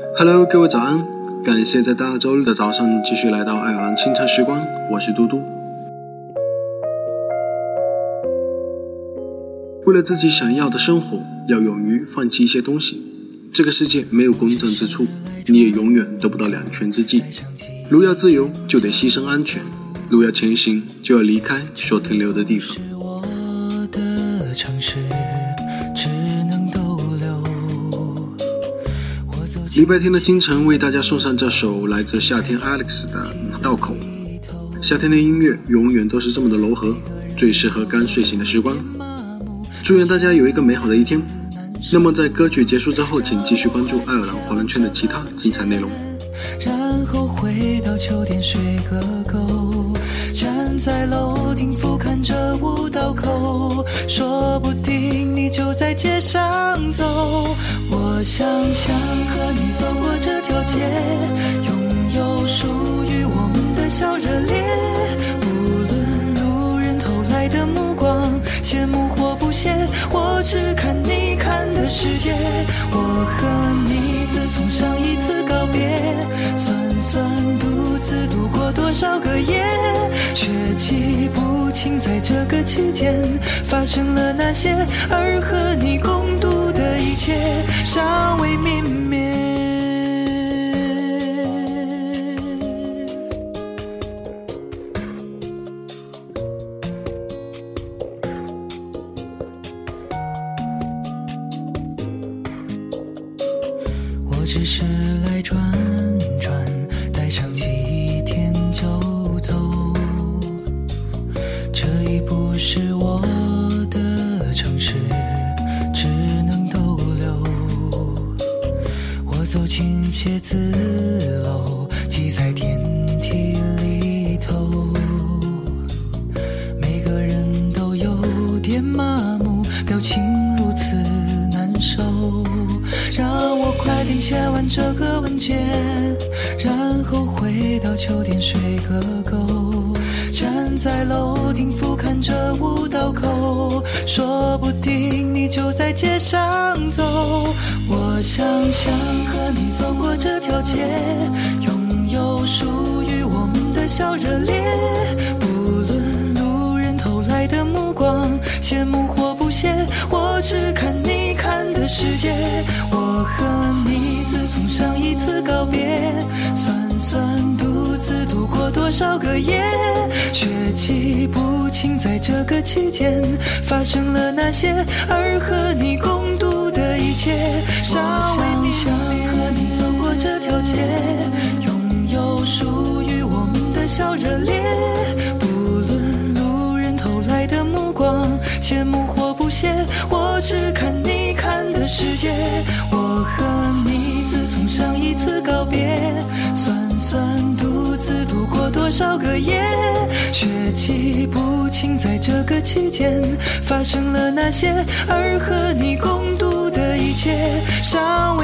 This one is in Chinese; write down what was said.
Hello， 各位早安！感谢在大周日的早上继续来到爱尔兰清晨时光，我是嘟嘟。为了自己想要的生活，要勇于放弃一些东西。这个世界没有公正之处，你也永远得不到两全之计。如要自由，就得牺牲安全；如要前行，就要离开所停留的地方。礼拜天的清晨，为大家送上这首来自夏天 Alex 的道口。夏天的音乐永远都是这么的柔和，最适合刚睡醒的时光。祝愿大家有一个美好的一天。那么在歌曲结束之后，请继续关注爱尔兰华人圈的其他精彩内容。 然后回到秋天睡个够，站在楼顶俯瞰着五道口，说不定你就在街上走。我想和你走过这条街，拥有属于我们的小热烈。不论路人投来的目光羡慕或不屑，我只看你看的世界。我和你自从上一次告别，算独自度过多少个夜，却记不清在这个期间发生了哪些，而和你共度的一切尚未泯灭。我只是来转转，待上几天就走，这已不是我的城市，只能逗留。我走进写字楼，挤在电梯里头，每个人都有点麻木，表情如此难受。让我快点写完这个文件，然后回到秋天睡个够，站在楼顶俯瞰着五道口，说不定你就在街上走。我想和你走过这条街，拥有属于我们的小热烈。不论路人投来的目光羡慕或不屑，我只看你看的世界。我和你自从上一次告别，算独自度过多少个夜，却记不清在这个期间发生了哪些，而和你共度的一切尚未泯灭。和你走过这条街，拥有属于我们的小热烈。不论路人投来的目光羡慕或不屑，我只看你看的世界。我和你自从上一次告别，算独自度过多少个夜，却记不清在这个期间发生了哪些，而和你共度的一切尚未